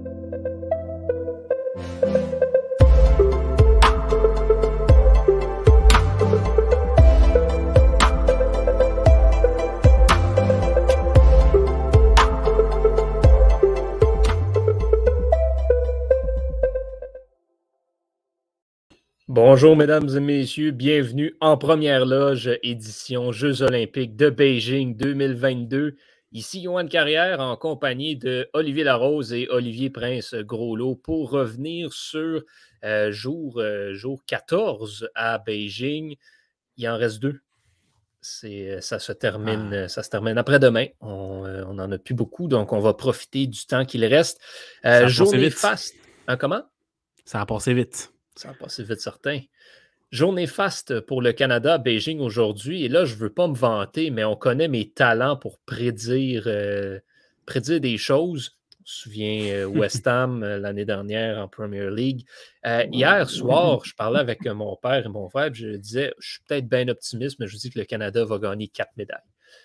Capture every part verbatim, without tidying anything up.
Bonjour mesdames et messieurs, bienvenue en première loge édition Jeux olympiques de Beijing deux mille vingt-deux. Ici Yoann Carrière en compagnie de Olivier Larose et Olivier Prince-Groslot pour revenir sur euh, jour, euh, jour quatorze à Beijing. Il en reste deux. C'est, ça, se termine, ah. ça se termine après-demain. On euh, n'en a plus beaucoup, donc on va profiter du temps qu'il reste. Euh, journée faste. Hein, comment? Ça a passé vite. Ça a passé vite, certain. Journée faste pour le Canada à Beijing aujourd'hui. Et là, je ne veux pas me vanter, mais on connaît mes talents pour prédire, euh, prédire des choses. On se souvient euh, West Ham euh, l'année dernière en Premier League. Euh, hier soir, je parlais avec euh, mon père et mon frère. Je disais, je suis peut-être bien optimiste, mais je dis que le Canada va gagner quatre médailles.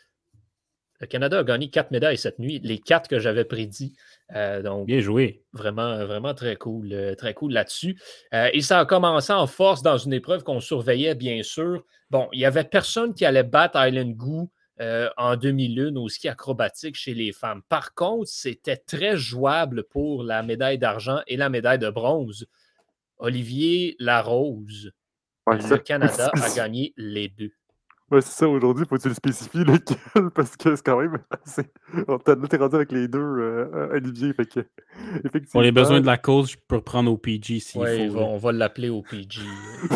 Le Canada a gagné quatre médailles cette nuit, les quatre que j'avais prédits. Euh, donc, bien joué. Vraiment, vraiment très cool, euh, très cool là-dessus. Euh, et ça a commencé en force dans une épreuve qu'on surveillait, bien sûr. Bon, il n'y avait personne qui allait battre Island Gu euh, en demi-lune au ski acrobatique chez les femmes. Par contre, c'était très jouable pour la médaille d'argent et la médaille de bronze. Olivier Larose, ouais, le ça. Canada a gagné les deux. Ouais, c'est ça, aujourd'hui, faut que tu le spécifies lequel, parce que c'est quand même assez... T'es rendu avec les deux, euh, Olivier, fait que... Effectivement... Pour les besoins de la cause, je peux reprendre O P G s'il ouais, faut. Va, on va l'appeler O P G.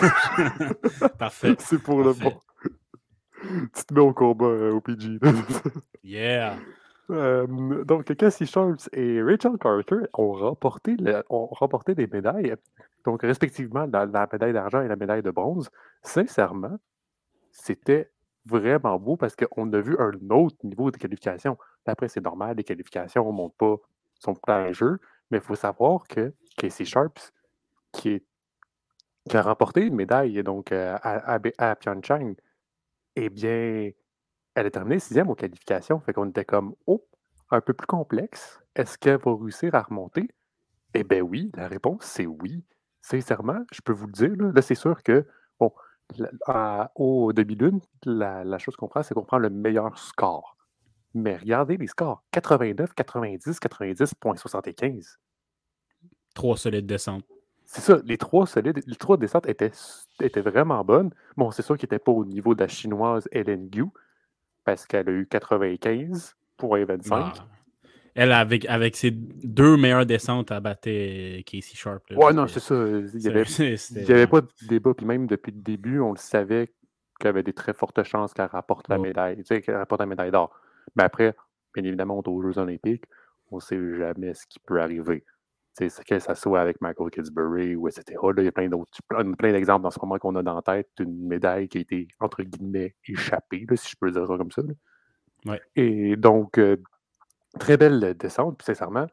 Parfait. C'est pour Parfait. le bon. Tu te mets au combat, euh, O P G. Yeah! Euh, donc, Cassie Sharps et Rachel Carter ont remporté, le, ont remporté des médailles, donc respectivement la, la médaille d'argent et la médaille de bronze. Sincèrement, c'était vraiment beau parce qu'on a vu un autre niveau de qualification. Après, c'est normal, les qualifications ne montent pas son plein jeu, mais il faut savoir que Casey Sharps, qui, est, qui a remporté une médaille donc, à, à, à Pyeongchang, eh bien, elle a terminé sixième aux qualifications. Fait qu'on était comme, oh, un peu plus complexe. Est-ce qu'elle va réussir à remonter? Eh bien oui, la réponse, c'est oui. Sincèrement, je peux vous le dire. Là, là c'est sûr que, bon, À, au demi-lune, la, la chose qu'on prend, c'est qu'on prend le meilleur score. Mais regardez les scores. quatre-vingt-neuf, quatre-vingt-dix, quatre-vingt-dix virgule soixante-quinze. Trois solides descentes. C'est ça. Les trois solides, les trois descentes étaient, étaient vraiment bonnes. Bon, c'est sûr qu'ils n'étaient pas au niveau de la chinoise Helen Gu, parce qu'elle a eu quatre-vingt-quinze virgule vingt-cinq. Ah. Elle, avec, avec ses deux meilleures descentes, a battu Casey Sharp. Là, ouais, non, c'est ça. Il n'y avait, avait pas de débat. Puis même depuis le début, on le savait qu'il y avait des très fortes chances qu'elle rapporte la oh. médaille. Tu sais, qu'elle rapporte la médaille d'or. Mais après, bien évidemment, on est aux Jeux olympiques. On ne sait jamais ce qui peut arriver. Tu sais, que ça soit avec Michael Kidsbury ou et cetera. Là, il y a plein d'autres, plein, plein d'exemples dans ce moment qu'on a dans la tête d'une médaille qui a été, entre guillemets, échappée, là, si je peux dire ça comme ça. Là. Ouais. Et donc... Euh, très belle descente, puis sincèrement,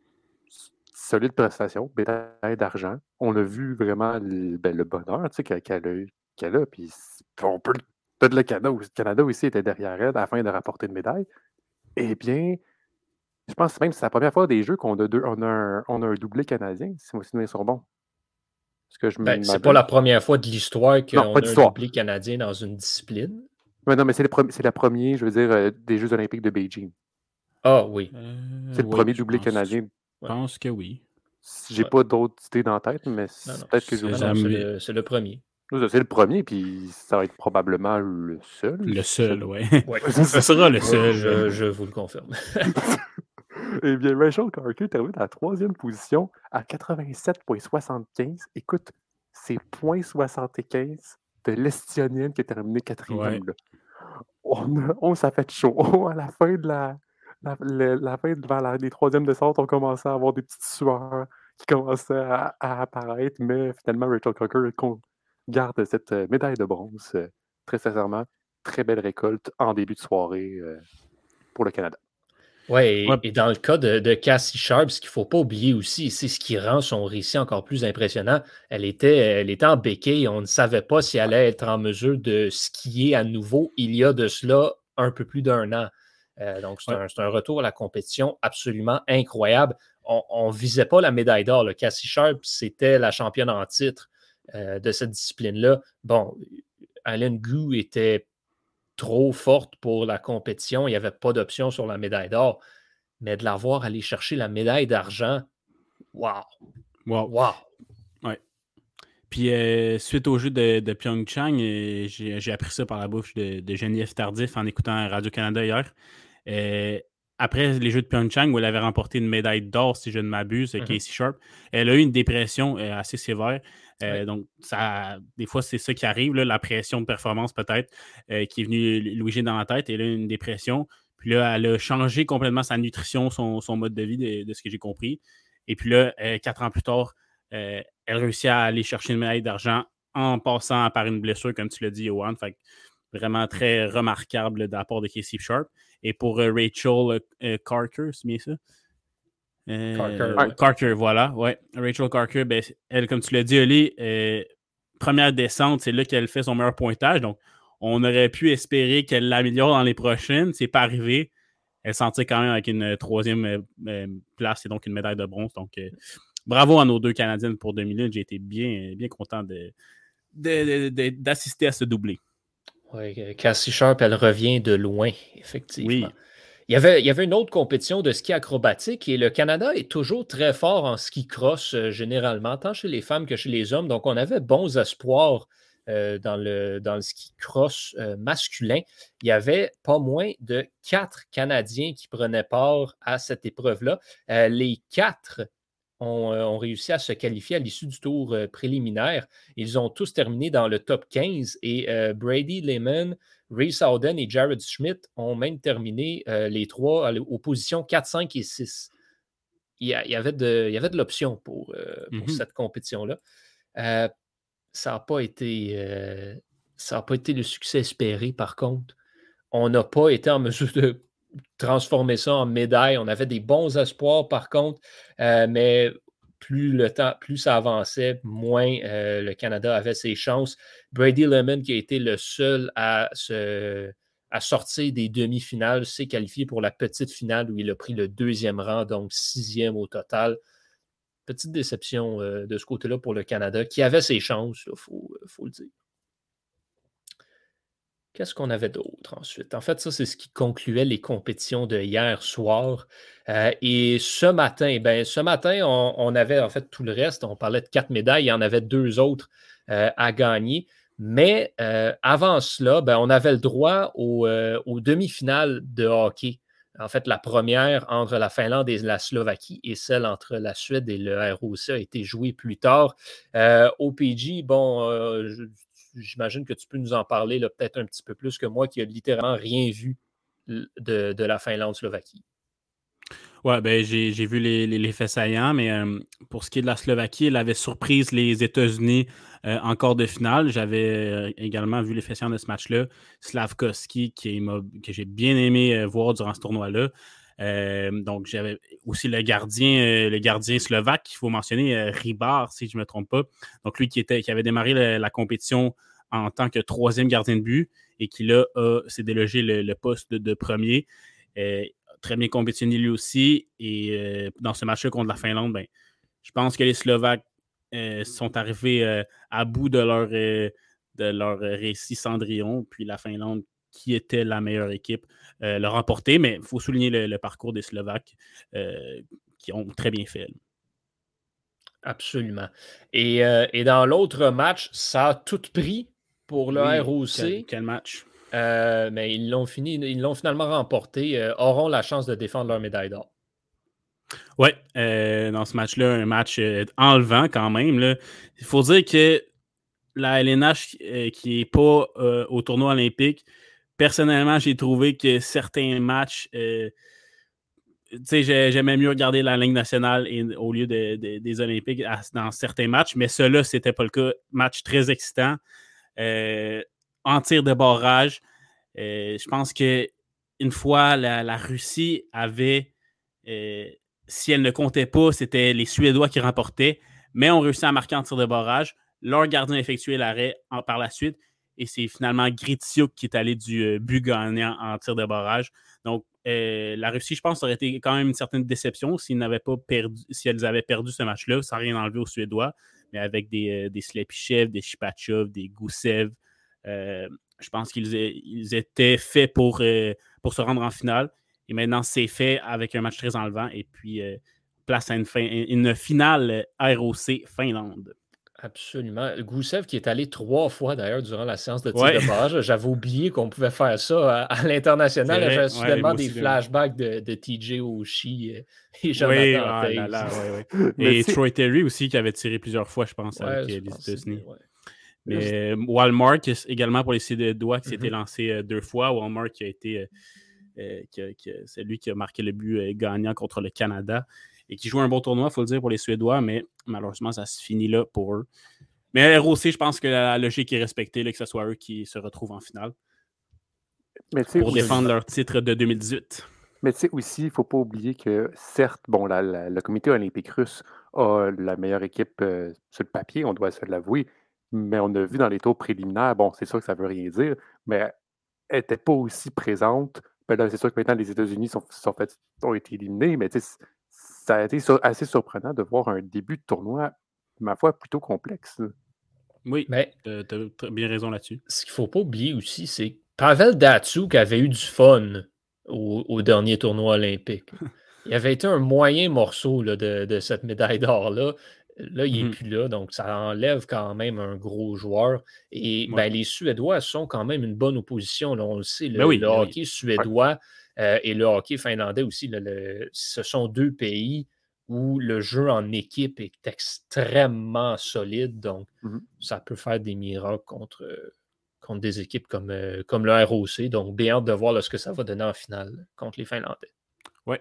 solide prestation, médaille d'argent. On a vu vraiment le, ben, le bonheur qu'elle, qu'elle a, qu'elle a, puis on peut peut-être le Canada, le Canada aussi était derrière elle afin de rapporter une médaille. Eh bien, je pense même que c'est la première fois des Jeux qu'on a, deux, on a, un, on a un doublé canadien, si mes souvenirs sont bons. Que je ben, c'est pas la première fois de l'histoire qu'on non, a un doublé canadien dans une discipline. Ouais, non, mais c'est, le pre- c'est la première, je veux dire, euh, des Jeux olympiques de Beijing. Ah oui. Euh, c'est le oui, premier doublé pense, canadien. Je pense que oui. J'ai ouais. pas d'autres idées dans la tête, mais non, non, peut-être que je non, non, c'est, le, c'est le premier. C'est le premier, puis ça va être probablement le seul. Le seul, oui. Ouais. Ça sera le seul. Je, je vous le confirme. Eh bien, Rachel Carter termine à la troisième position à quatre-vingt-sept virgule soixante-quinze. Écoute, c'est zéro virgule soixante-quinze de l'Estionienne qui a terminé quatrième. Ouais. On, a, on s'est fait chaud. Oh, à la fin de la... La, la, la fin devant la, les troisièmes descentes, on commençait à avoir des petites sueurs qui commençaient à, à apparaître, mais finalement, Rachel Carter garde cette médaille de bronze. Euh, très sincèrement, très belle récolte en début de soirée euh, pour le Canada. Ouais, et, ouais, et dans le cas de, de Cassie Sharp, ce qu'il ne faut pas oublier aussi, c'est ce qui rend son récit encore plus impressionnant. Elle était, elle était en béquille, on ne savait pas si elle allait être en mesure de skier à nouveau il y a de cela un peu plus d'un an. Euh, donc, c'est, ouais. un, c'est un retour à la compétition absolument incroyable. on ne visait pas la médaille d'or. Là. Cassie Sharp, c'était la championne en titre euh, de cette discipline-là. Bon, Allen Gu était trop forte pour la compétition. Il n'y avait pas d'option sur la médaille d'or. Mais de la voir aller chercher la médaille d'argent, wow! Wow! Wow! Ouais. Puis, euh, suite au jeu de, de Pyeongchang, euh, j'ai, j'ai appris ça par la bouche de, de Geneviève Tardif en écoutant Radio-Canada hier. Euh, après les Jeux de Pyeongchang, où elle avait remporté une médaille d'or, si je ne m'abuse, mm-hmm. Casey Sharp, elle a eu une dépression euh, assez sévère. Euh, oui. Donc, ça, des fois, c'est ça qui arrive, là, la pression de performance peut-être, euh, qui est venue louger dans la tête. Elle a eu une dépression. Puis là, elle a changé complètement sa nutrition, son, son mode de vie, de, de ce que j'ai compris. Et puis là, euh, quatre ans plus tard, euh, elle réussit à aller chercher une médaille d'argent en passant par une blessure, comme tu l'as dit, Johan. Fait que vraiment très remarquable de la part de Casey Sharp. Et pour euh, Rachel euh, Carter, c'est bien ça? Euh, Carter. Ouais. Carter, voilà. Ouais. Rachel Carter, ben, elle, comme tu l'as dit, Oli, euh, première descente, c'est là qu'elle fait son meilleur pointage. Donc, on aurait pu espérer qu'elle l'améliore dans les prochaines. C'est pas arrivé. Elle s'en tire quand même avec une troisième euh, place et donc une médaille de bronze. Donc, euh, bravo à nos deux Canadiennes pour deux minutes. J'ai été bien, bien content de, de, de, de, d'assister à ce doublé. Oui, Cassie Sharp, elle revient de loin, effectivement. Oui. Il y, avait, il y avait une autre compétition de ski acrobatique et le Canada est toujours très fort en ski cross, euh, généralement, tant chez les femmes que chez les hommes. Donc, on avait bons espoirs euh, dans, le, dans le ski cross euh, masculin. Il y avait pas moins de quatre Canadiens qui prenaient part à cette épreuve-là. Euh, les quatre ont, euh, ont réussi à se qualifier à l'issue du tour euh, préliminaire. Ils ont tous terminé dans le top quinze et euh, Brady Lehman, Reese Howden et Jared Schmidt ont même terminé euh, les trois aux positions quatre, cinq et six. Il y, a, il y avait de, il y avait de l'option pour, euh, pour mm-hmm. cette compétition-là. Euh, ça n'a pas été euh, ça n'a pas été le succès espéré, par contre. On n'a pas été en mesure de transformer ça en médaille. On avait des bons espoirs, par contre, euh, mais plus le temps, plus ça avançait, moins euh, le Canada avait ses chances. Brady Lemon, qui a été le seul à, se, à sortir des demi-finales, s'est qualifié pour la petite finale où il a pris le deuxième rang, donc sixième au total. Petite déception euh, de ce côté-là pour le Canada, qui avait ses chances, il faut, faut le dire. Qu'est-ce qu'on avait d'autre ensuite? En fait, ça, c'est ce qui concluait les compétitions de hier soir. Euh, et ce matin, ben, ce matin, on, on avait en fait tout le reste. On parlait de quatre médailles. Il y en avait deux autres euh, à gagner. Mais euh, avant cela, ben, on avait le droit au, euh, aux demi-finales de hockey. En fait, la première entre la Finlande et la Slovaquie et celle entre la Suède et le R O C a été jouée plus tard. Euh, O P G, bon, euh, je, j'imagine que tu peux nous en parler là, peut-être un petit peu plus que moi qui n'a littéralement rien vu de, de la Finlande-Slovaquie. Oui, ben, j'ai, j'ai vu les, les, les faits saillants, mais euh, pour ce qui est de la Slovaquie, elle avait surprise les États-Unis euh, en quart de finale. J'avais euh, également vu les faits saillants de ce match-là. Slavkovski, qui m'a, que j'ai bien aimé euh, voir durant ce tournoi-là. Euh, donc, j'avais aussi le gardien, euh, le gardien slovaque, qu'il faut mentionner, euh, Rybar, si je ne me trompe pas. Donc, lui qui, était, qui avait démarré la, la compétition en tant que troisième gardien de but et qui, là, a, s'est délogé le, le poste de, de premier. Euh, très bien compétitionné lui aussi. Et euh, dans ce match-là contre la Finlande, ben, je pense que les Slovaques euh, sont arrivés euh, à bout de leur, euh, de leur récit Cendrillon. Puis la Finlande, qui était la meilleure équipe, euh, l'a remporté. Mais il faut souligner le, le parcours des Slovaques euh, qui ont très bien fait. Là. Absolument. Et, euh, et dans l'autre match, ça a tout pris pour le oui, R O C. Quel, quel match? Euh, mais ils l'ont, fini, ils l'ont finalement remporté, euh, auront la chance de défendre leur médaille d'or. Oui, euh, dans ce match-là, un match euh, enlevant quand même. Là. Il faut dire que la L N H euh, qui n'est pas euh, au tournoi olympique, personnellement, j'ai trouvé que certains matchs, euh, tu sais, j'aimais mieux regarder la Ligue nationale et, au lieu de, de, des Olympiques à, dans certains matchs, mais ceux-là, c'était pas le cas. Match très excitant. Euh, en tir de barrage. Euh, je pense qu'une fois, la, la Russie avait, euh, si elle ne comptait pas, c'était les Suédois qui remportaient, mais ont réussi à marquer en tir de barrage. Leur gardien a effectué l'arrêt en, par la suite, et c'est finalement Gritsuk qui est allé du euh, but gagnant en tir de barrage. Donc, euh, la Russie, je pense, ça aurait été quand même une certaine déception s'ils n'avaient pas perdu, si elles avaient perdu ce match-là, sans rien enlever aux Suédois, mais avec des, euh, des Slepyshev, des Shipachyov, des Gusev. Euh, je pense qu'ils ils étaient faits pour, euh, pour se rendre en finale. Et maintenant, c'est fait avec un match très enlevant. Et puis, euh, place à une, fin, une finale R O C Finlande. Absolument. Gusev qui est allé trois fois d'ailleurs durant la séance de tir ouais. de barrage. J'avais oublié qu'on pouvait faire ça à, à l'international. J'avais soudainement ouais, des flashbacks de, de T J Oshie et Jonathan oui, Toews. ah là là, ouais, ouais. Et Troy Terry aussi qui avait tiré plusieurs fois, je pense, ouais, avec je les pense États-Unis. Ouais. Mais Walmart également pour les Suédois qui s'était Mm-hmm. lancé euh, deux fois. Walmart qui a été euh, qui a, qui a, c'est lui qui a marqué le but euh, gagnant contre le Canada et qui joue un bon tournoi, il faut le dire, pour les Suédois, mais malheureusement, ça se finit là pour eux. Mais R O C, je pense que la logique est respectée, là, que ce soit eux qui se retrouvent en finale mais pour défendre leur titre de deux mille dix-huit. Mais tu sais aussi, il ne faut pas oublier que, certes, bon, la, la, le comité olympique russe a la meilleure équipe euh, sur le papier, on doit se l'avouer, mais on a vu dans les tours préliminaires, bon, c'est sûr que ça ne veut rien dire, mais elle n'était pas aussi présente. Ben là, c'est sûr que maintenant, les États-Unis sont, sont fait, ont été éliminés, mais tu sais, ça a été sur, assez surprenant de voir un début de tournoi, ma foi, plutôt complexe. Oui, mais tu as bien raison là-dessus. Ce qu'il ne faut pas oublier aussi, c'est Pavel Datsyuk avait eu du fun au, au dernier tournoi olympique. Il avait été un moyen morceau là, de, de cette médaille d'or-là. Là, il n'est mm-hmm. plus là, donc ça enlève quand même un gros joueur. Et ouais. ben, les Suédois sont quand même une bonne opposition. Là, on le sait, le, ben oui, le ben hockey oui. suédois euh, et le hockey finlandais aussi, là, le, ce sont deux pays où le jeu en équipe est extrêmement solide. Donc, mm-hmm. ça peut faire des miracles contre, contre des équipes comme, euh, comme le R O C. Donc, bien hâte de voir là, ce que ça va donner en finale contre les Finlandais. Oui.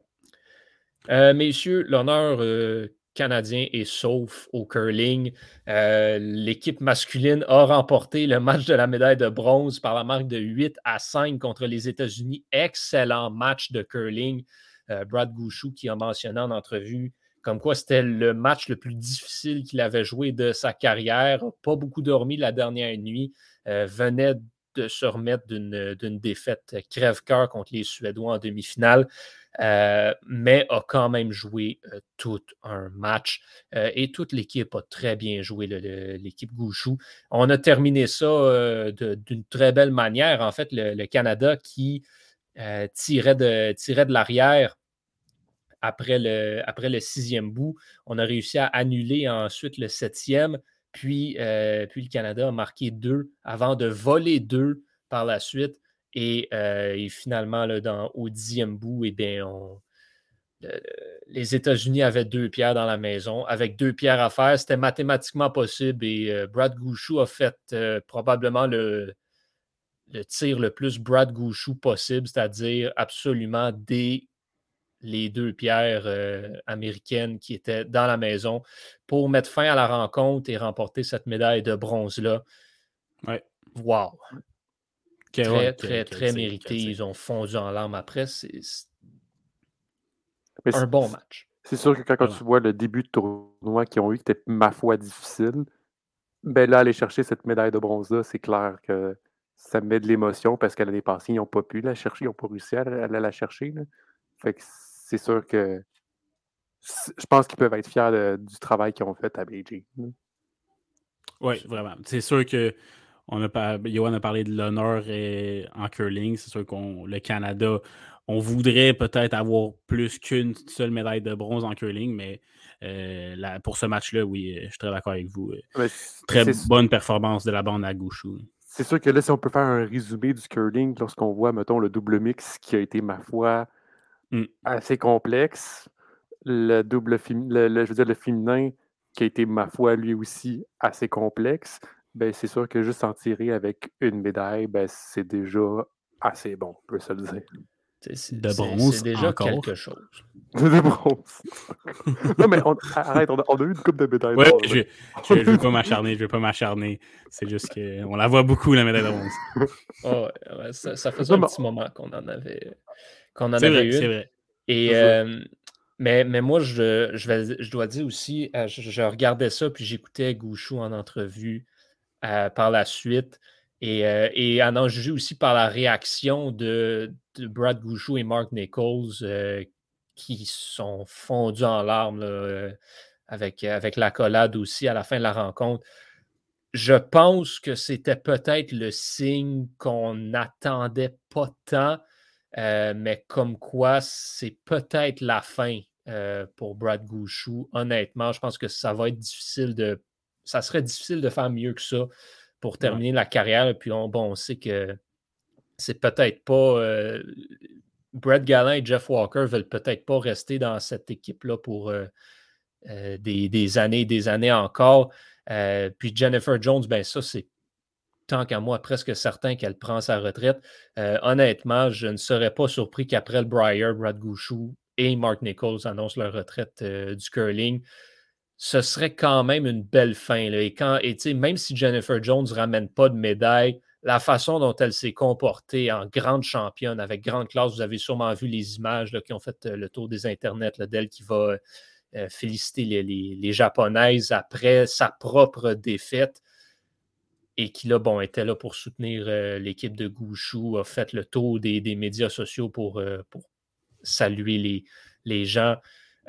Euh, messieurs, l'honneur euh, canadien est sauf au curling. Euh, l'équipe masculine a remporté le match de la médaille de bronze par la marque de huit à cinq contre les États-Unis. Excellent match de curling. Euh, Brad Gushue qui a mentionné en entrevue comme quoi c'était le match le plus difficile qu'il avait joué de sa carrière. Pas beaucoup dormi la dernière nuit. Euh, venait de se remettre d'une, d'une défaite crève-cœur contre les Suédois en demi-finale. Euh, mais a quand même joué euh, tout un match. Euh, et toute l'équipe a très bien joué, le, le, l'équipe Gushue. On a terminé ça euh, de, d'une très belle manière. En fait, le, le Canada qui euh, tirait, de, tirait de l'arrière après le, après le sixième bout. On a réussi à annuler ensuite le septième. Puis, euh, puis le Canada a marqué deux avant de voler deux par la suite. Et, euh, et finalement, là, dans, au dixième bout, eh bien, on, le, les États-Unis avaient deux pierres dans la maison. Avec deux pierres à faire, c'était mathématiquement possible. Et euh, Brad Gushue a fait euh, probablement le, le tir le plus Brad Gushue possible, c'est-à-dire absolument des les deux pierres euh, américaines qui étaient dans la maison pour mettre fin à la rencontre et remporter cette médaille de bronze-là. Ouais. Wow! Okay, très, ouais, très, okay, très okay, mérité. okay. Ils ont fondu en larmes après. C'est, c'est Mais un c'est, bon match. C'est sûr que quand, quand tu vois le début de tournoi qu'ils ont eu, qui était ma foi difficile, ben là, aller chercher cette médaille de bronze-là, c'est clair que ça met de l'émotion parce que l'année passée, ils n'ont pas pu la chercher, ils n'ont pas réussi à aller la chercher. Là. Fait que c'est sûr que je pense qu'ils peuvent être fiers de, du travail qu'ils ont fait à Beijing. Oui, vraiment. C'est sûr que on a pas, Yoann a parlé de l'honneur et, en curling. C'est sûr que le Canada, on voudrait peut-être avoir plus qu'une seule médaille de bronze en curling, mais euh, la, pour ce match-là, oui, je suis très d'accord avec vous. Mais très bonne performance de la bande à Gushue. C'est sûr que là, si on peut faire un résumé du curling, lorsqu'on voit, mettons, le double mix qui a été, ma foi, mm. assez complexe, le double fém- le, le, je veux dire, le féminin qui a été, ma foi, lui aussi assez complexe, ben c'est sûr que juste en tirer avec une médaille, ben c'est déjà assez bon, on peut se le dire. C'est, c'est, de bronze, c'est déjà encore. quelque chose. De bronze. Non, mais on, arrête, on a, on a eu une coupe de médailles ouais, d'or. Je ne veux pas m'acharner, je veux pas m'acharner. C'est juste qu'on la voit beaucoup, la médaille de bronze. Oh, ouais, ça, ça faisait non, un petit moment qu'on en avait, qu'on en c'est avait vrai, une. C'est vrai. Et, euh, mais, mais moi, je, je, vais, je dois dire aussi, je, je regardais ça, puis j'écoutais Gushue en entrevue euh, par la suite. Et, euh, et en en juger aussi par la réaction de, Brad Gushue et Mark Nichols euh, qui sont fondus en larmes là, euh, avec, avec l'accolade aussi à la fin de la rencontre. Je pense que c'était peut-être le signe qu'on n'attendait pas tant, euh, mais comme quoi c'est peut-être la fin euh, pour Brad Gushue. Honnêtement, je pense que ça va être difficile de. Ça serait difficile de faire mieux que ça pour terminer ouais. la carrière. Puis on, bon, on sait que c'est peut-être pas. Euh, Brett Gallin et Jeff Walker ne veulent peut-être pas rester dans cette équipe-là pour euh, euh, des, des années et des années encore. Euh, puis Jennifer Jones, ben ça, c'est tant qu'à moi, presque certain qu'elle prend sa retraite. Euh, honnêtement, je ne serais pas surpris qu'après le Brier, Brad Gushue et Mark Nichols annoncent leur retraite euh, du curling. Ce serait quand même une belle fin. Là. Et, quand, et même si Jennifer Jones ne ramène pas de médaille, la façon dont elle s'est comportée en grande championne, avec grande classe, vous avez sûrement vu les images là, qui ont fait euh, le tour des internets là, d'elle qui va euh, féliciter les, les, les Japonaises après sa propre défaite. Et qui, là, bon, était là pour soutenir euh, l'équipe de Gushue, a fait le tour des, des médias sociaux pour, euh, pour saluer les, les gens.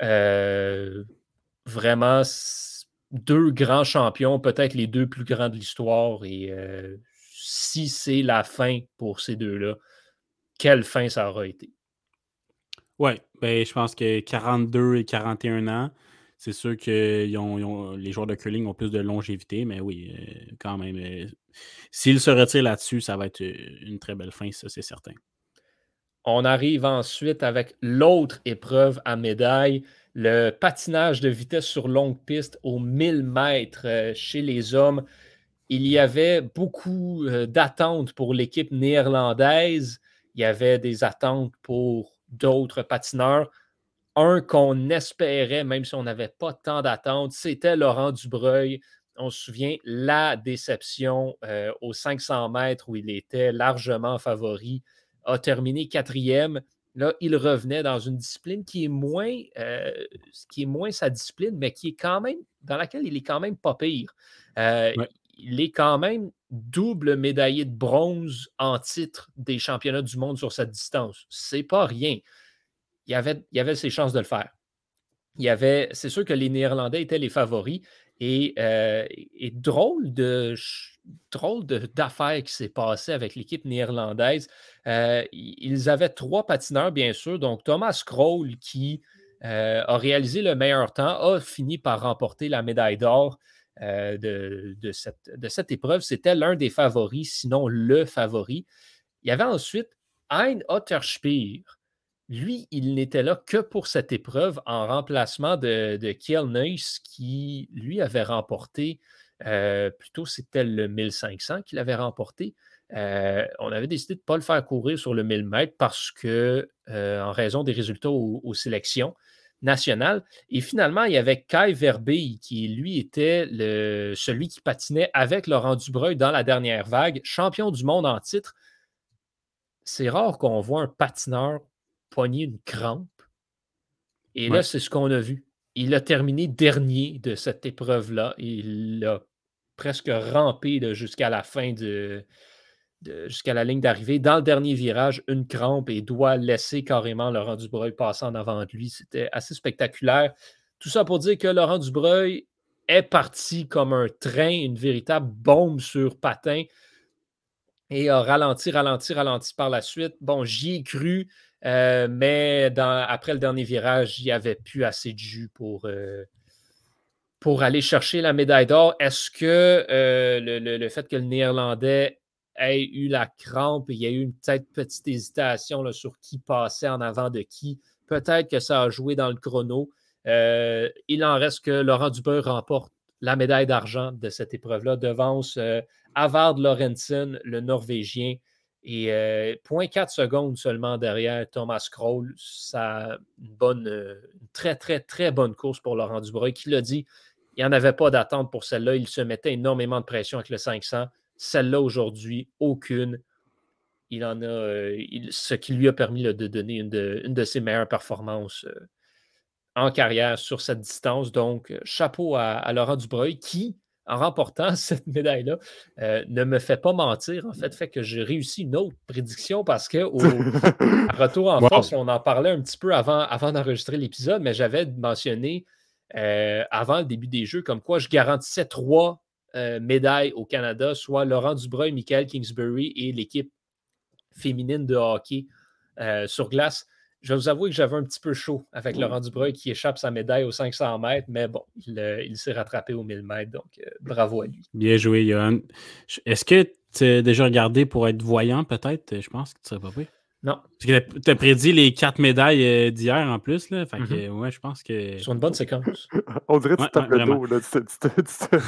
Euh, vraiment, deux grands champions, peut-être les deux plus grands de l'histoire. Et euh, si c'est la fin pour ces deux-là, quelle fin ça aura été? Oui, ben, je pense que quarante-deux et quarante et un ans, c'est sûr que ils ont, ils ont, les joueurs de curling ont plus de longévité, mais oui, euh, quand même. Euh, S'ils se retirent là-dessus, ça va être une très belle fin, ça, c'est certain. On arrive ensuite avec l'autre épreuve à médaille, le patinage de vitesse sur longue piste aux mille mètres chez les hommes. Il y avait beaucoup d'attentes pour l'équipe néerlandaise. Il y avait des attentes pour d'autres patineurs. Un qu'on espérait, même si on n'avait pas tant d'attentes, c'était Laurent Dubreuil. On se souvient, la déception euh, aux cinq cents mètres où il était largement favori, a terminé quatrième. Là, il revenait dans une discipline qui est moins, euh, qui est moins sa discipline, mais qui est quand même, dans laquelle il est quand même pas pire. Euh, ouais. Il est quand même double médaillé de bronze en titre des championnats du monde sur cette distance. C'est pas rien. Il y avait, il y avait ses chances de le faire. Il y avait, c'est sûr que les Néerlandais étaient les favoris et, euh, et drôle de drôle de, d'affaires qui s'est passé avec l'équipe néerlandaise. Euh, ils avaient trois patineurs, bien sûr. Donc, Thomas Krol, qui euh, a réalisé le meilleur temps, a fini par remporter la médaille d'or euh, de, de, cette, de cette épreuve. C'était l'un des favoris, sinon le favori. Il y avait ensuite Hein Otterspier. Lui, il n'était là que pour cette épreuve en remplacement de, de Kjell Nuis qui, lui, avait remporté, euh, plutôt c'était le mille cinq cents qu'il avait remporté. Euh, on avait décidé de ne pas le faire courir sur le mille mètres parce que, euh, en raison des résultats aux, aux sélections nationales. Et finalement, il y avait Kai Verbeek qui, lui, était le, celui qui patinait avec Laurent Dubreuil dans la dernière vague, champion du monde en titre. C'est rare qu'on voit un patineur pogner une crampe. Et ouais. Là, c'est ce qu'on a vu. Il a terminé dernier de cette épreuve-là. Il a presque rampé là, jusqu'à la fin de, de jusqu'à la ligne d'arrivée. Dans le dernier virage, une crampe et doit laisser carrément Laurent Dubreuil passer en avant de lui. C'était assez spectaculaire. Tout ça pour dire que Laurent Dubreuil est parti comme un train, une véritable bombe sur patin. Et a ralenti, ralenti, ralenti par la suite. Bon, j'y ai cru, euh, mais dans, après le dernier virage, il n'y avait plus assez de jus pour, euh, pour aller chercher la médaille d'or. Est-ce que euh, le, le, le fait que le Néerlandais ait eu la crampe, il y a eu une peut-être petite hésitation là, sur qui passait en avant de qui, peut-être que ça a joué dans le chrono. Euh, il en reste que Laurent Dubreuil remporte la médaille d'argent de cette épreuve-là, devance euh, Havard Lorentzen, le Norvégien, et euh, zéro virgule quatre secondes seulement derrière Thomas Krol. Ça une bonne, une très, très, très bonne course pour Laurent Dubreuil, qui l'a dit, il n'y en avait pas d'attente pour celle-là. Il se mettait énormément de pression avec le cinq cents. Celle-là, aujourd'hui, aucune. Il en a, euh, il, ce qui lui a permis là, de donner une de, une de ses meilleures performances euh, en carrière sur cette distance. Donc, chapeau à, à Laurent Dubreuil qui en remportant cette médaille-là, euh, ne me fait pas mentir. En fait, fait que j'ai réussi une autre prédiction parce que au à retour en Wow. force, on en parlait un petit peu avant, avant d'enregistrer l'épisode, mais j'avais mentionné euh, avant le début des Jeux comme quoi je garantissais trois euh, médailles au Canada, soit Laurent Dubreuil, Michael Kingsbury et l'équipe féminine de hockey euh, sur glace. Je vais vous avouer que j'avais un petit peu chaud avec Laurent Dubreuil qui échappe sa médaille aux cinq cents mètres, mais bon, il, euh, il s'est rattrapé aux mille mètres, donc euh, bravo à lui. Bien joué, Johan. Est-ce que tu as déjà regardé pour être voyant, peut-être? Je pense que tu serais pas pire. Non. Parce que tu as prédit les quatre médailles euh, d'hier en plus, là. Fait que, Mm-hmm. ouais, je pense que. Sur une bonne séquence. On dirait que tu ouais, tapes ouais, le dos, là. Tu, tu, tu,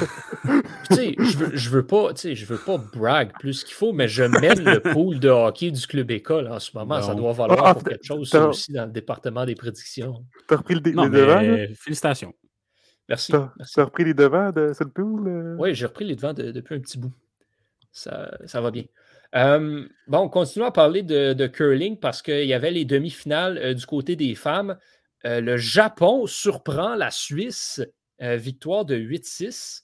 tu sais, je veux, je veux pas, tu sais, je veux pas brag plus qu'il faut, mais je mène le pool de hockey du club école en ce moment. Bon. Ça doit valoir ah, pour quelque chose, ça aussi, dans le département des prédictions. T'as repris le, non, les mais, devants? Euh, félicitations. Merci. T'as, merci. t'as repris les devants de ce pool? Euh... Oui, j'ai repris les devants de, depuis un petit bout. Ça, ça va bien. Euh, bon, continuons à parler de, de curling parce qu'il y avait les demi-finales euh, du côté des femmes. Euh, le Japon surprend la Suisse, euh, victoire de huit six.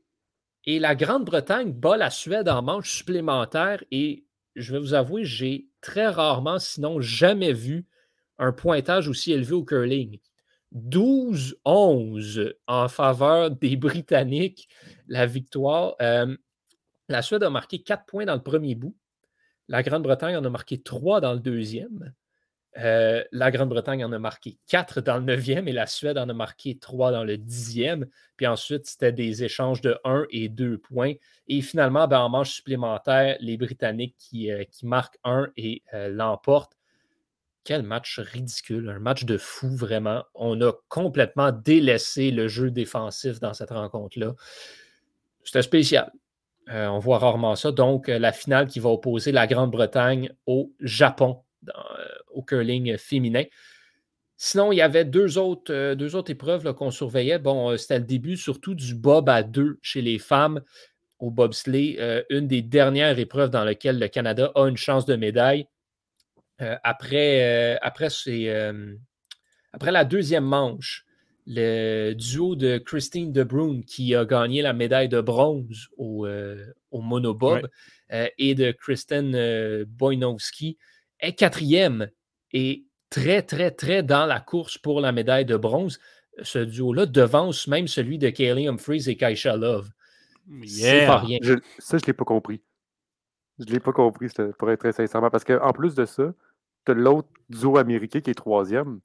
Et la Grande-Bretagne bat la Suède en manche supplémentaire. Et je vais vous avouer, j'ai très rarement, sinon jamais vu, un pointage aussi élevé au curling. douze onze en faveur des Britanniques, la victoire. Euh, La Suède a marqué quatre points dans le premier bout. La Grande-Bretagne en a marqué trois dans le deuxième. Euh, la Grande-Bretagne en a marqué quatre dans le neuvième et la Suède en a marqué trois dans le dixième. Puis ensuite, c'était des échanges de un et deux points. Et finalement, ben, en manche supplémentaire, les Britanniques qui, euh, qui marquent un et euh, l'emportent. Quel match ridicule, un match de fou vraiment. On a complètement délaissé le jeu défensif dans cette rencontre-là. C'était spécial. Euh, on voit rarement ça. Donc, euh, la finale qui va opposer la Grande-Bretagne au Japon dans, euh, au curling féminin. Sinon, il y avait deux autres, euh, deux autres épreuves là, qu'on surveillait. Bon, euh, c'était le début surtout du bob à deux chez les femmes au bobsleigh. Euh, une des dernières épreuves dans lesquelles le Canada a une chance de médaille. Euh, après, euh, après, c'est, euh, après la deuxième manche, le duo de Christine De Bruyne qui a gagné la médaille de bronze au, euh, au monobob ouais. euh, et de Kristen euh, Boynowski est quatrième et très, très, très dans la course pour la médaille de bronze. Ce duo-là devance même celui de Kaylee Humphries et Kaisha Love. Yeah. C'est pas rien. Je, ça, je ne l'ai pas compris. Je ne l'ai pas compris, pour être très sincèrement, parce qu'en plus de ça, tu as l'autre duo américain qui est troisième.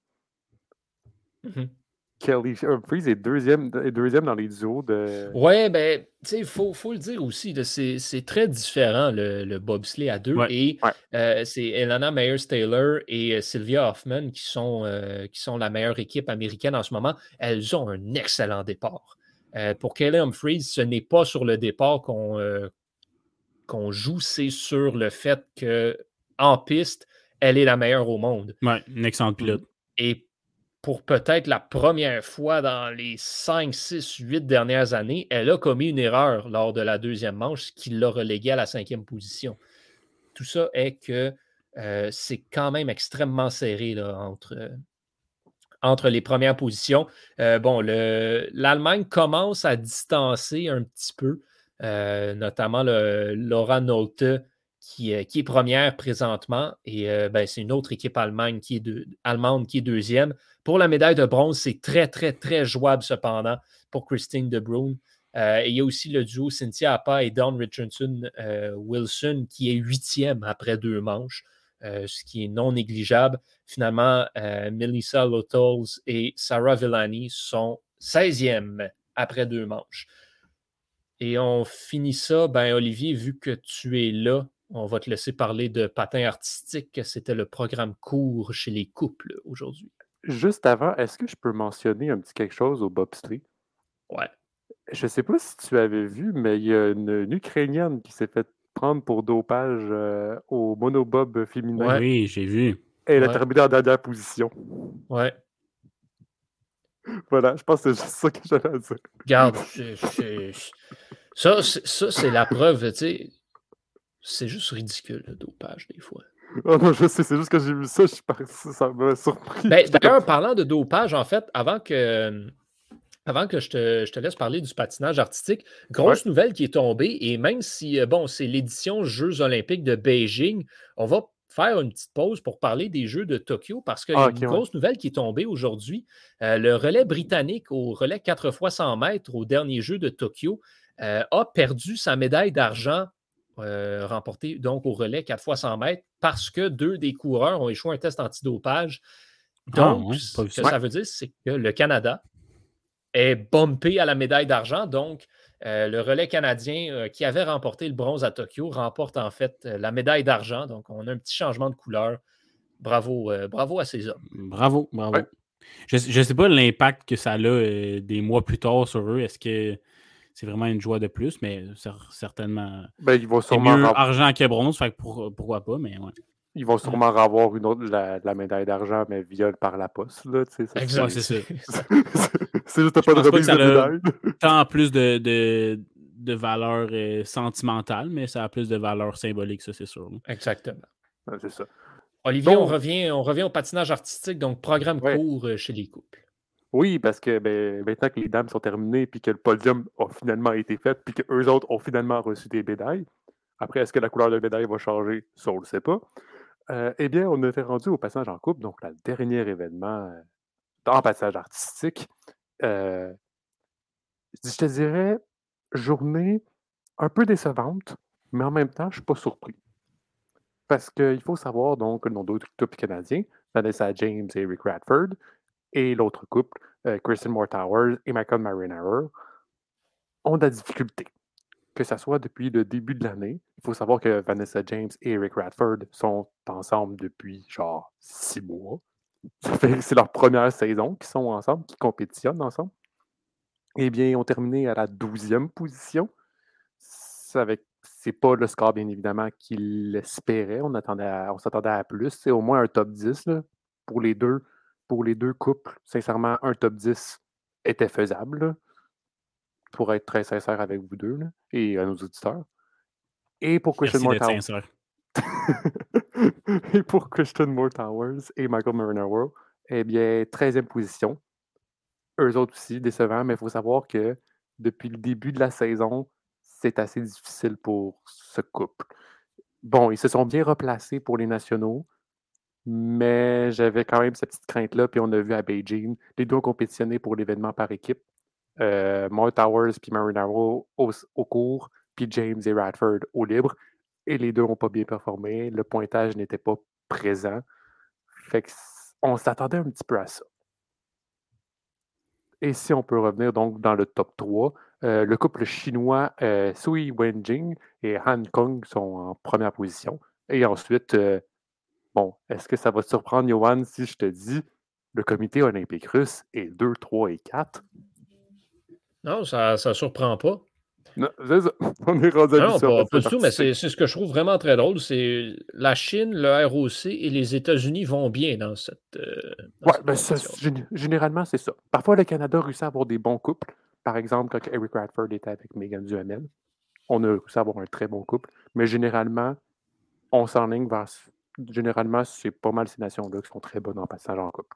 Mm-hmm. Kelly Humphries est deuxième, est deuxième dans les duos de. Oui, ben, tu sais, il faut, faut le dire aussi, là, c'est, c'est très différent le, le bobsleigh à deux. Ouais. Et ouais. euh, c'est Elana Meyers-Taylor et Sylvia Hoffman qui sont, euh, qui sont la meilleure équipe américaine en ce moment. Elles ont un excellent départ. Euh, pour Kaylee Humphries, ce n'est pas sur le départ qu'on, euh, qu'on joue, c'est sur le fait qu'en piste, elle est la meilleure au monde. Oui, une excellente pilote. Et pour peut-être la première fois dans les cinq, six, huit dernières années, elle a commis une erreur lors de la deuxième manche, ce qui l'a reléguée à la cinquième position. Tout ça est que euh, c'est quand même extrêmement serré là, entre, euh, entre les premières positions. Euh, bon, le, l'Allemagne commence à distancer un petit peu, euh, notamment le, Laura Nolte, Qui, qui est première présentement, et euh, ben, c'est une autre équipe allemande qui, est de, allemande qui est deuxième. Pour la médaille de bronze, c'est très, très, très jouable cependant pour Christine De Bruyne. Euh, et il y a aussi le duo Cynthia Appa et Dawn Richardson euh, Wilson qui est huitième après deux manches, euh, ce qui est non négligeable. Finalement, euh, Melissa Lotels et Sarah Villani sont seizième après deux manches. Et on finit ça, ben Olivier, vu que tu es là, on va te laisser parler de patin artistique. C'était le programme court chez les couples aujourd'hui. Juste avant, est-ce que je peux mentionner un petit quelque chose au bobsleigh? Ouais. Je ne sais pas si tu avais vu, mais il y a une, une Ukrainienne qui s'est fait prendre pour dopage euh, au monobob féminin. Ouais. Oui, j'ai vu. Elle ouais. a terminé en dernière position. Ouais. Voilà, je pense que c'est juste ça que j'allais dire. Regarde, c'est, c'est... Ça, c'est, ça, c'est la preuve, tu sais. C'est juste ridicule, le dopage, des fois. Oh non, je sais, c'est juste que j'ai vu ça, je suis par... ça m'a surpris. Ben, d'ailleurs, parlant de dopage, en fait, avant que, Avant que je te, je te laisse parler du patinage artistique, Ouais. grosse nouvelle qui est tombée, et même si, euh, bon, c'est l'édition Jeux olympiques de Beijing, on va faire une petite pause pour parler des Jeux de Tokyo parce qu'il y Ah, a ok, une ouais. grosse nouvelle qui est tombée aujourd'hui. Euh, le relais britannique au relais quatre fois cent mètres au dernier Jeux de Tokyo euh, a perdu sa médaille d'argent euh, remportée donc au relais quatre fois cent mètres parce que deux des coureurs ont échoué un test antidopage. Ah, Donc, ouais, pas ce vu que ça. ça veut dire, c'est que le Canada est bumpé à la médaille d'argent. Donc, euh, le relais canadien euh, qui avait remporté le bronze à Tokyo remporte en fait euh, la médaille d'argent. Donc, on a un petit changement de couleur. Bravo, euh, bravo à ces hommes. Bravo, bravo. Ouais. Je ne sais pas l'impact que ça a euh, des mois plus tard sur eux. Est-ce que c'est vraiment une joie de plus? Mais cer- certainement. Ben, ils vont C'est sûrement, mieux rav- argent que bronze, fait que pour- pourquoi pas, mais ouais. ils vont sûrement avoir une autre, la, la médaille d'argent, mais via par la poste. Là, tu sais, ça, Exact. Ouais, c'est, c'est ça. c'est c'est juste Je pas de pense pas que remise ça de a médaille. tant plus de, de, de valeur euh, sentimentale, mais ça a plus de valeur symbolique, ça, c'est sûr. là. Exactement. Ouais, c'est ça. Olivier, on Donc, revient, on revient au patinage artistique, donc programme ouais. court euh, chez les couples. Oui, parce que ben, maintenant que les dames sont terminées, puis que le podium a finalement été fait, puis qu'eux autres ont finalement reçu des médailles, après, est-ce que la couleur de médaille va changer? Ça, on ne le sait pas. Euh, eh bien, on était rendu au passage en couple, donc le dernier événement euh, en passage artistique. Euh, je te dirais, journée un peu décevante, mais en même temps, je ne suis pas surpris. Parce qu'il faut savoir, donc, nos deux couples canadiens, Vanessa James et Rick Radford, et l'autre couple, euh, Kristen Moore Towers et Michael Marinaro, ont de la difficulté. Que ce soit depuis le début de l'année. Il faut savoir que Vanessa James et Rick Radford sont ensemble depuis genre six mois. Ça fait que c'est leur première saison qu'ils sont ensemble, qu'ils compétitionnent ensemble. Eh bien, ils ont terminé à la douzième position. Ça avec, c'est pas le score, bien évidemment, qu'ils espéraient. On, attendait à- on s'attendait à plus. C'est au moins un top dix là, pour les deux. Pour les deux couples, sincèrement, un top dix était faisable, là, pour être très sincère avec vous deux là, et à nos auditeurs. Et pour Christian Merci Moore d'être Towers. sincère. Et pour Christian Moore Towers et Michael Marinaro, eh bien, treizième position. Eux autres aussi, décevants, mais il faut savoir que depuis le début de la saison, c'est assez difficile pour ce couple. Bon, ils se sont bien replacés pour les nationaux, mais j'avais quand même cette petite crainte-là, puis on a vu à Beijing, les deux ont compétitionné pour l'événement par équipe. Euh, Moore Towers puis Marinaro au, au court, puis James et Radford au libre. Et les deux n'ont pas bien performé. Le pointage n'était pas présent. Fait qu'on s'attendait un petit peu à ça. Et si on peut revenir donc dans le top trois, euh, le couple chinois euh, Sui Wenjing et Han Kong sont en première position. Et ensuite, euh, bon, est-ce que ça va te surprendre, Johan, si je te dis le comité olympique russe est deux, trois et quatre? Non, ça ne surprend pas. Non, c'est ça. On est rendu Non, habitué pas, à pas du cette tout, mais artistique. c'est c'est ce que je trouve vraiment très drôle. C'est la Chine, le R O C et les États-Unis vont bien dans cette, euh, dans Ouais, cette ben ça, compétition. gén- généralement, c'est ça. Parfois, le Canada réussit à avoir des bons couples. Par exemple, quand Eric Radford était avec Megan Duhamel, on a réussi à avoir un très bon couple. Mais généralement, on s'enligne vers. Généralement, c'est pas mal ces nations-là qui sont très bonnes en passage en couple.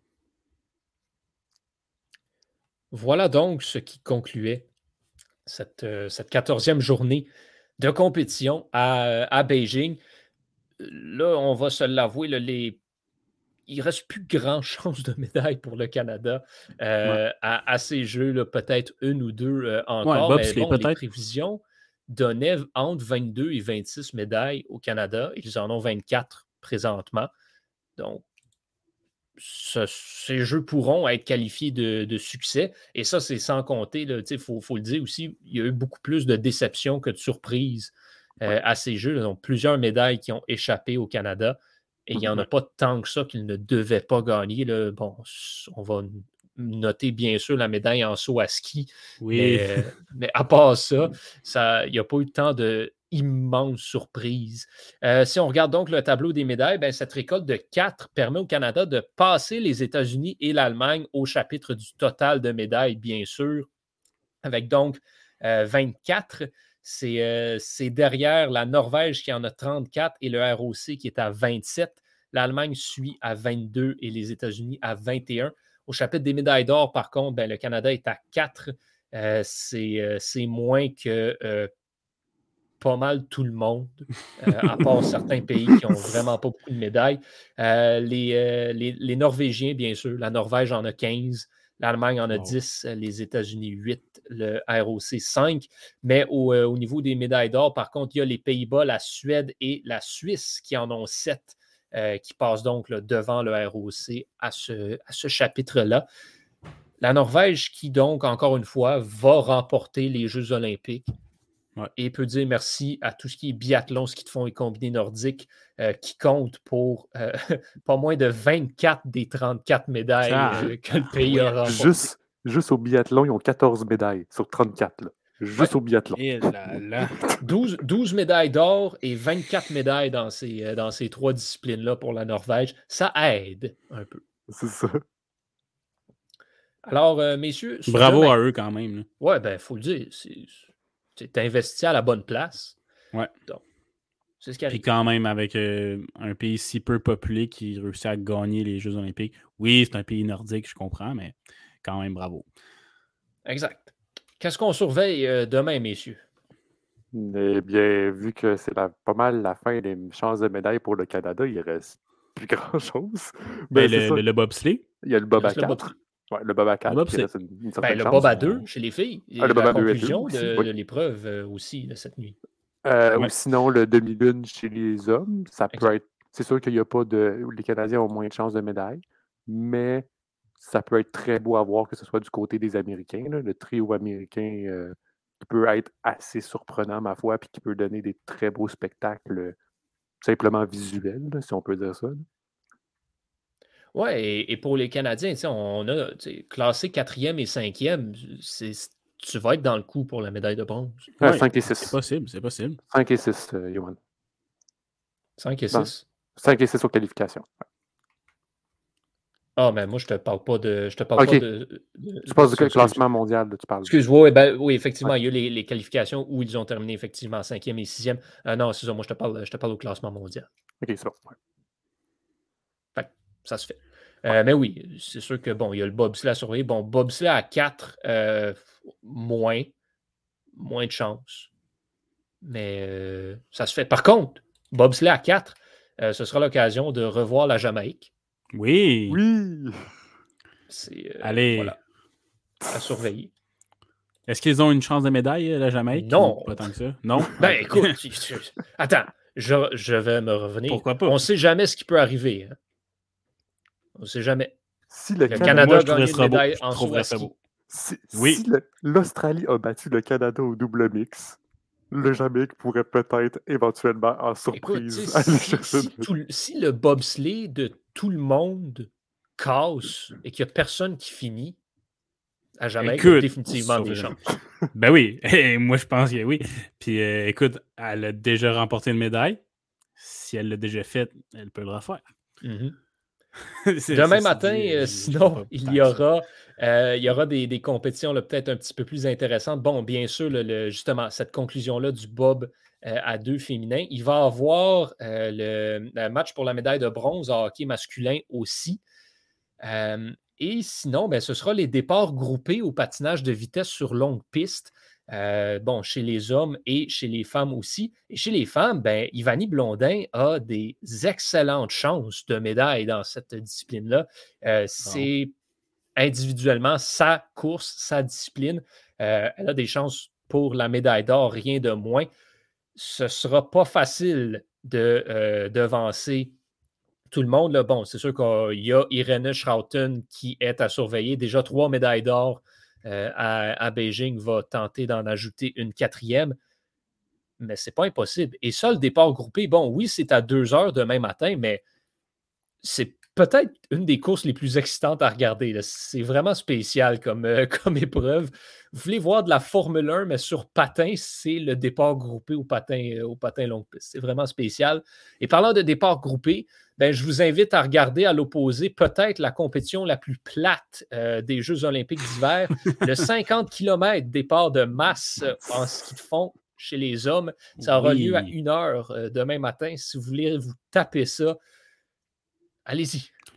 Voilà donc ce qui concluait cette, euh, cette quatorzième journée de compétition à, à Beijing. Là, on va se l'avouer, là, les... il ne reste plus grand chance de médaille pour le Canada Ouais, euh, à, à ces jeux, là, peut-être une ou deux euh, ouais encore, mais bobsleigh, bon, les peut-être. prévisions donnaient entre vingt-deux et vingt-six médailles au Canada. Ils en ont vingt-quatre présentement. Donc, ce- ces jeux pourront être qualifiés de, de succès. Et ça, c'est sans compter, il faut, faut le dire aussi, il y a eu beaucoup plus de déceptions que de surprises euh, Ouais. à ces jeux. Là. Donc, plusieurs médailles qui ont échappé au Canada. Et il n'y en a Ouais. pas tant que ça qu'ils ne devaient pas gagner. Là. Bon, on va noter bien sûr la médaille en saut à ski. Oui. Mais, mais à part ça, ça il n'y a pas eu tant de immense surprise. Euh, si on regarde donc le tableau des médailles, ben, cette récolte de quatre permet au Canada de passer les États-Unis et l'Allemagne au chapitre du total de médailles, bien sûr, avec donc euh, vingt-quatre. C'est, euh, c'est derrière la Norvège qui en a trente-quatre et le R O C qui est à vingt-sept. L'Allemagne suit à vingt-deux et les États-Unis à vingt et un. au chapitre des médailles d'or, par contre, ben, le Canada est à quatre. Euh, c'est, euh, c'est moins que euh, pas mal tout le monde, euh, à part certains pays qui n'ont vraiment pas beaucoup de médailles. Euh, les, euh, les, les Norvégiens, bien sûr. La Norvège en a quinze. L'Allemagne en a Wow. dix, les États-Unis huit, le R O C cinq. Mais au, euh, au niveau des médailles d'or, par contre, il y a les Pays-Bas, la Suède et la Suisse qui en ont sept, euh, qui passent donc là, devant le R O C à ce, à ce chapitre-là. La Norvège qui, donc, encore une fois, va remporter les Jeux olympiques. Ouais. Et peut dire merci à tout ce qui est biathlon, ski de fond et combiné nordique, euh, qui compte pour euh, pas moins de vingt-quatre des trente-quatre médailles euh, que le pays a remportées. Juste, juste au biathlon, ils ont quatorze médailles sur trente-quatre. Là. Juste ouais. au biathlon. Et là, là. douze, douze médailles d'or et vingt-quatre médailles dans ces, euh, dans ces trois disciplines-là pour la Norvège. Ça aide un peu. C'est ça. Alors, euh, messieurs... Bravo demain, à eux quand même. Oui, ben, il faut le dire. C'est... Tu investi à la bonne place. Ouais. Donc, c'est ce qui arrive. Puis quand même, avec euh, un pays si peu peuplé qui réussit à gagner les Jeux olympiques. Oui, c'est un pays nordique, je comprends, mais quand même, bravo. Exact. Qu'est-ce qu'on surveille euh, demain, messieurs? Eh bien, vu que c'est la, pas mal la fin des chances de médaille pour le Canada, il reste plus grand-chose. Ben, le, le, le bobsleigh? Il y a le bob à quatre. Ouais, le bob à quatre. Le bob, qui reste une, une ben, le chance. bob à deux chez les filles. Ah, le bob la à deux conclusion aussi, de, oui. de l'épreuve euh, aussi de cette nuit. Euh, ouais. Ou sinon, le demi-lune chez les hommes, ça exact. peut être... C'est sûr qu'il n'y a pas de... Les Canadiens ont moins de chances de médaille, mais ça peut être très beau à voir que ce soit du côté des Américains. Là. Le trio américain euh, qui peut être assez surprenant, ma foi, puis qui peut donner des très beaux spectacles euh, simplement visuels, là, si on peut dire ça. Là. Oui, et, et pour les Canadiens, on a classé quatrième et cinquième. C'est, tu vas être dans le coup pour la médaille de bronze. Ah, ouais, cinq et six. C'est possible, c'est possible. cinq et six, euh, Johan. cinq et six? cinq et six aux qualifications. Ouais. Ah, mais moi, je te parle pas de. Je te parle okay. pas de, de. Tu parles du classement mondial, là, tu parles. Excuse-moi, oui, ben, oui, effectivement, ouais. Il y a les, les qualifications où ils ont terminé effectivement cinquième et sixième. Euh, non, c'est ça, moi, je te parle, je te parle au classement mondial. OK, c'est bon. Ouais. Fait, ça se fait. Euh, mais oui, c'est sûr que, bon, il y a le bobsleigh à surveiller. Bon, bobsleigh à quatre, euh, moins. Moins de chance. Mais euh, ça se fait. Par contre, bobsleigh à quatre, euh, ce sera l'occasion de revoir la Jamaïque. Oui. Oui. C'est, euh, Allez. Voilà, à surveiller. Est-ce qu'ils ont une chance de médaille, la Jamaïque? Non. Pas tant que ça. Non? Ben, écoute, attends, je, je vais me revenir. Pourquoi pas? On ne sait jamais ce qui peut arriver. Hein. On ne sait jamais. Si le, le Canada, Canada moi, a gagné une médaille en saut à ski. Si, oui. si le, l'Australie a battu le Canada au double mix, le Jamaïque pourrait peut-être éventuellement en surprise Écoute, aller si, chercher. Si, tout, si le bobsleigh de tout le monde casse et qu'il n'y a personne qui finit, à Jamaïque, il y a définitivement des chances. Ben oui, et moi je pense que oui. Puis euh, écoute, elle a déjà remporté une médaille. Si elle l'a déjà faite, elle peut le refaire. Mm-hmm. Demain matin, dit, euh, sinon, il y aura, euh, il y aura des, des compétitions là, peut-être un petit peu plus intéressantes. Bon, bien sûr, le, le, justement, cette conclusion-là du bob euh, à deux féminin. Il va y avoir euh, le, le match pour la médaille de bronze à hockey masculin aussi. Euh, et sinon, ben, ce sera les départs groupés au patinage de vitesse sur longue piste. Euh, bon, chez les hommes et chez les femmes aussi. Et chez les femmes, ben, Ivani Blondin a des excellentes chances de médaille dans cette discipline-là. Euh, c'est bon. Individuellement sa course, sa discipline. Euh, elle a des chances pour la médaille d'or, rien de moins. Ce ne sera pas facile de euh, devancer tout le monde. Là. Bon, c'est sûr qu'il y a Irene Schouten qui est à surveiller. Déjà trois médailles d'or. Euh, à, à Beijing va tenter d'en ajouter une quatrième, mais c'est pas impossible. Et ça, le départ groupé, bon, oui, c'est à deux heures demain matin, mais c'est peut-être une des courses les plus excitantes à regarder. Là. C'est vraiment spécial comme, euh, comme épreuve. Vous voulez voir de la Formule un, mais sur patin, c'est le départ groupé au patin, euh, au patin longue piste. C'est vraiment spécial. Et parlant de départ groupé, ben, je vous invite à regarder à l'opposé peut-être la compétition la plus plate euh, des Jeux olympiques d'hiver, le cinquante kilomètres départ de masse euh, en ski de fond chez les hommes. Ça aura oui. lieu à une heure euh, demain matin. Si vous voulez vous taper ça, allez-y.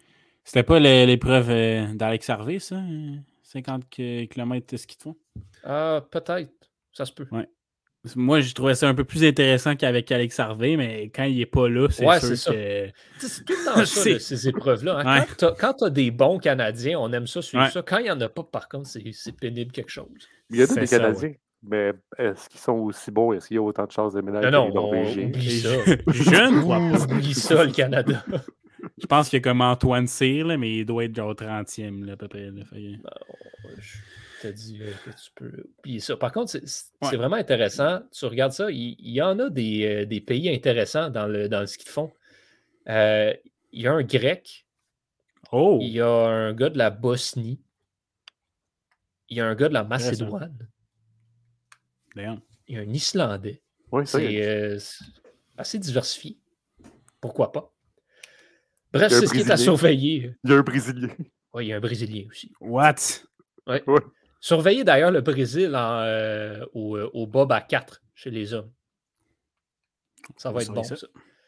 C'était pas l'épreuve euh, d'Alex Harvey, ça? cinquante kilomètres de ski de fond? Ah, peut-être. Ça se peut. Ouais. Moi, je trouvais ça un peu plus intéressant qu'avec Alex Harvey, mais quand il n'est pas là, c'est ouais, sûr c'est que... C'est tout le temps ça, là, ces épreuves-là. Hein? Ouais. Quand tu as des bons Canadiens, on aime ça suivre Ouais. ça. Quand il n'y en a pas, par contre, c'est pénible quelque chose. Il y en a des ça, Canadiens, ouais. mais est-ce qu'ils sont aussi bons? Est-ce qu'il y a autant de chances de médailles Non, que les non, on- Norvégiens? oublie ça. Je ne crois pas. Oublie ça, le Canada. Je pense qu'il y a comme Antoine Cyr, là, mais il doit être genre trentième là, à peu près. Là. Fait... Non, je t'ai dit là, que tu peux oublier ça. Par contre, c'est Ouais. vraiment intéressant. Tu regardes ça, il, il y en a des, euh, des pays intéressants dans le, dans le ski de fond. Euh, il y a un Grec. Oh! Il y a un gars de la Bosnie. Il y a un gars de la Macédoine. D'ailleurs. Il y a un Islandais. Oui, c'est euh, assez diversifié. Pourquoi pas? Bref, c'est ce qui est à surveiller. Il y a un Brésilien. Oui, il y a un Brésilien aussi. What? Ouais. Ouais. Surveillez d'ailleurs le Brésil en, euh, au, au bob à quatre chez les hommes. Ça va être bon, ça. ça.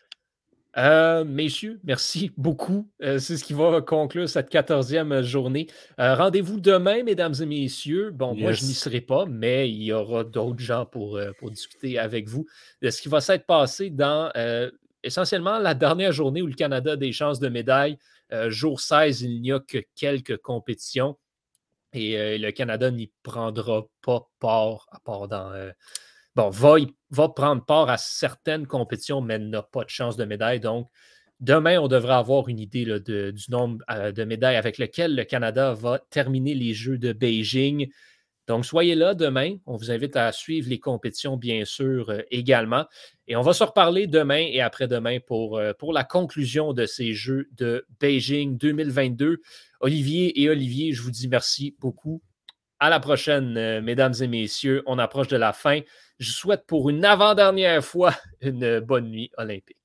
Euh, messieurs, merci beaucoup. Euh, c'est ce qui va conclure cette quatorzième journée. Euh, Rendez-vous demain, mesdames et messieurs. Bon, yes. Moi, je n'y serai pas, mais il y aura d'autres gens pour, euh, pour discuter avec vous de ce qui va s'être passé dans euh, essentiellement la dernière journée où le Canada a des chances de médaille. Euh, jour seize, il n'y a que quelques compétitions et euh, le Canada n'y prendra pas part, à part dans... Euh, Bon, va, va prendre part à certaines compétitions, mais n'a pas de chance de médaille. Donc, demain, on devrait avoir une idée là, de, du nombre euh, de médailles avec lequel le Canada va terminer les Jeux de Beijing. Donc, soyez là demain. On vous invite à suivre les compétitions, bien sûr, euh, également. Et on va se reparler demain et après-demain pour, euh, pour la conclusion de ces Jeux de Beijing deux mille vingt-deux. Olivier et Olivier, je vous dis merci beaucoup. À la prochaine, euh, mesdames et messieurs. On approche de la fin. Je souhaite pour une avant-dernière fois une bonne nuit olympique.